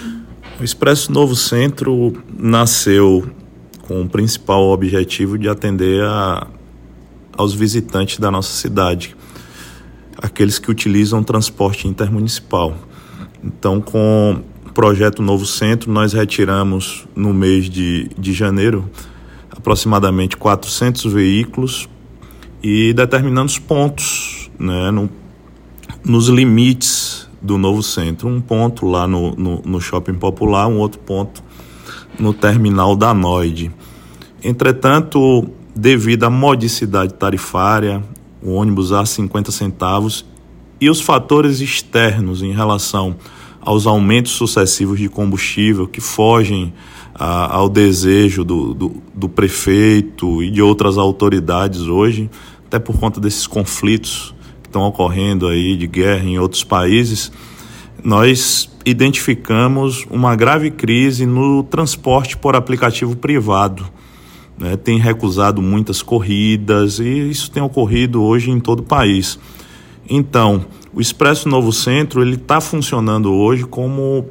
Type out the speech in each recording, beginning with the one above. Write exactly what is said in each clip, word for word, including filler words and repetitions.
O Expresso Novo Centro nasceu com o principal objetivo de atender a, aos visitantes da nossa cidade, aqueles que utilizam transporte intermunicipal. Então, com o projeto Novo Centro, nós retiramos no mês de, de janeiro aproximadamente quatrocentos veículos e determinamos pontos, né, no, nos limites do Novo Centro. Um ponto lá no, no, no Shopping Popular, um outro ponto no terminal da Noide. Entretanto, devido à modicidade tarifária, o ônibus a cinquenta centavos e os fatores externos em relação aos aumentos sucessivos de combustível que fogem a, ao desejo do, do, do prefeito e de outras autoridades hoje, até por conta desses conflitos que estão ocorrendo aí de guerra em outros países, nós identificamos uma grave crise no transporte por aplicativo privado. Né? Tem recusado muitas corridas e isso tem ocorrido hoje em todo o país. Então, o Expresso Novo Centro ele está funcionando hoje como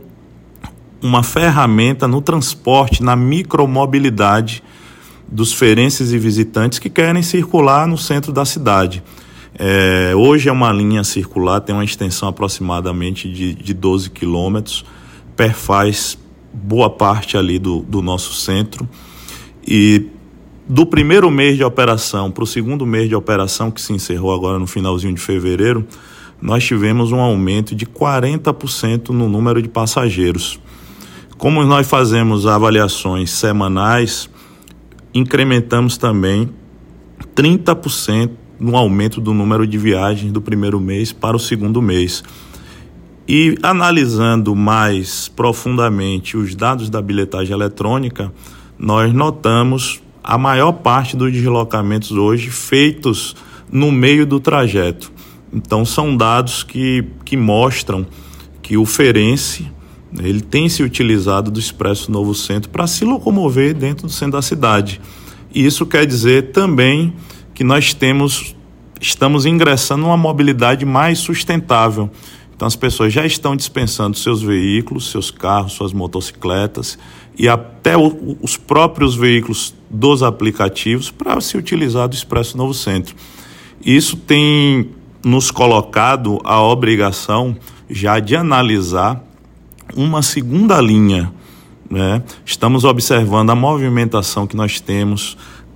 uma ferramenta no transporte, na micromobilidade dos feirenses e visitantes que querem circular no centro da cidade. É, hoje é uma linha circular, tem uma extensão aproximadamente de, de doze quilômetros, perfaz boa parte ali do, do nosso centro. E do primeiro mês de operação para o segundo mês de operação, que se encerrou agora no finalzinho de fevereiro, nós tivemos um aumento de quarenta por cento no número de passageiros. Como nós fazemos avaliações semanais, incrementamos também trinta por cento no aumento do número de viagens do primeiro mês para o segundo mês. E analisando mais profundamente os dados da bilhetagem eletrônica, nós notamos a maior parte dos deslocamentos hoje feitos no meio do trajeto. Então são dados que, que mostram que o feirense ele tem se utilizado do Expresso Novo Centro para se locomover dentro do centro da cidade. E isso quer dizer também que nós temos, estamos ingressando numa mobilidade mais sustentável. Então as pessoas já estão dispensando seus veículos, seus carros, suas motocicletas e até o, os próprios veículos dos aplicativos para se utilizar do Expresso Novo Centro. Isso tem nos colocado a obrigação já de analisar uma segunda linha, né? Estamos observando a movimentação que nós temos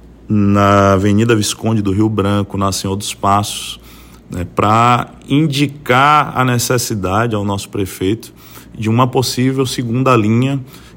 na Avenida Visconde do Rio Branco, na Senhor dos Passos, né, para indicar a necessidade ao nosso prefeito de uma possível segunda linha